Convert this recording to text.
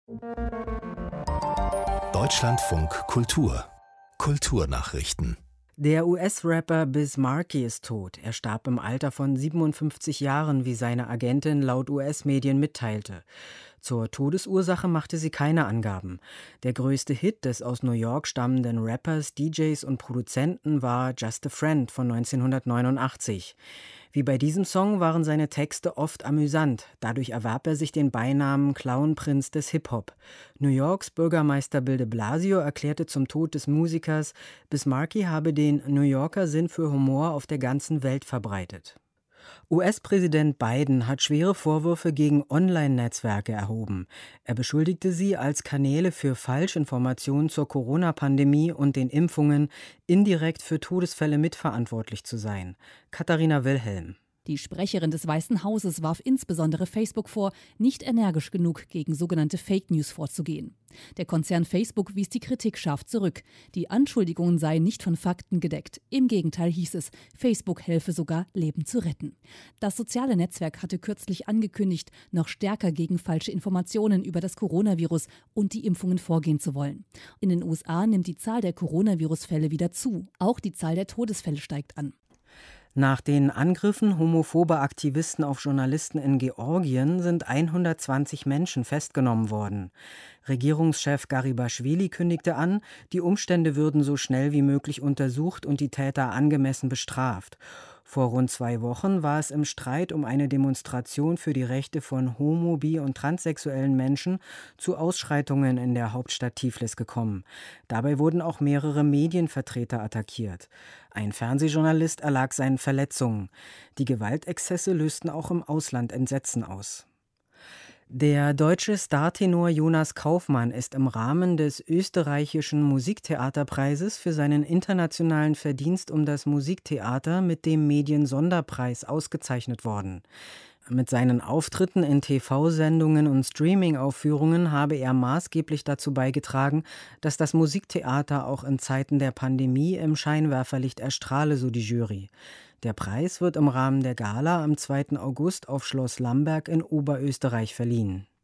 Deutschlandfunk Kultur Kulturnachrichten. Der US-Rapper Biz Markie ist tot. Er starb im Alter von 57 Jahren, wie seine Agentin laut US-Medien mitteilte. Zur Todesursache machte sie keine Angaben. Der größte Hit des aus New York stammenden Rappers, DJs und Produzenten war Just a Friend von 1989. Wie bei diesem Song waren seine Texte oft amüsant. Dadurch erwarb er sich den Beinamen Clownprinz des Hip-Hop. New Yorks Bürgermeister Bill de Blasio erklärte zum Tod des Musikers, Biz Markie habe den New Yorker Sinn für Humor auf der ganzen Welt verbreitet. US-Präsident Biden hat schwere Vorwürfe gegen Online-Netzwerke erhoben. Er beschuldigte sie, als Kanäle für Falschinformationen zur Corona-Pandemie und den Impfungen indirekt für Todesfälle mitverantwortlich zu sein. Katharina Wilhelm. Die Sprecherin des Weißen Hauses warf insbesondere Facebook vor, nicht energisch genug gegen sogenannte Fake News vorzugehen. Der Konzern Facebook wies die Kritik scharf zurück. Die Anschuldigungen seien nicht von Fakten gedeckt. Im Gegenteil hieß es, Facebook helfe sogar, Leben zu retten. Das soziale Netzwerk hatte kürzlich angekündigt, noch stärker gegen falsche Informationen über das Coronavirus und die Impfungen vorgehen zu wollen. In den USA nimmt die Zahl der Coronavirus-Fälle wieder zu. Auch die Zahl der Todesfälle steigt an. Nach den Angriffen homophober Aktivisten auf Journalisten in Georgien sind 120 Menschen festgenommen worden. Regierungschef Garibashvili kündigte an, die Umstände würden so schnell wie möglich untersucht und die Täter angemessen bestraft. Vor rund 2 Wochen war es im Streit um eine Demonstration für die Rechte von homo-, bi- und transsexuellen Menschen zu Ausschreitungen in der Hauptstadt Tiflis gekommen. Dabei wurden auch mehrere Medienvertreter attackiert. Ein Fernsehjournalist erlag seinen Verletzungen. Die Gewaltexzesse lösten auch im Ausland Entsetzen aus. Der deutsche Startenor Jonas Kaufmann ist im Rahmen des österreichischen Musiktheaterpreises für seinen internationalen Verdienst um das Musiktheater mit dem Mediensonderpreis ausgezeichnet worden. Mit seinen Auftritten in TV-Sendungen und Streaming-Aufführungen habe er maßgeblich dazu beigetragen, dass das Musiktheater auch in Zeiten der Pandemie im Scheinwerferlicht erstrahle, so die Jury. Der Preis wird im Rahmen der Gala am 2. August auf Schloss Lamberg in Oberösterreich verliehen.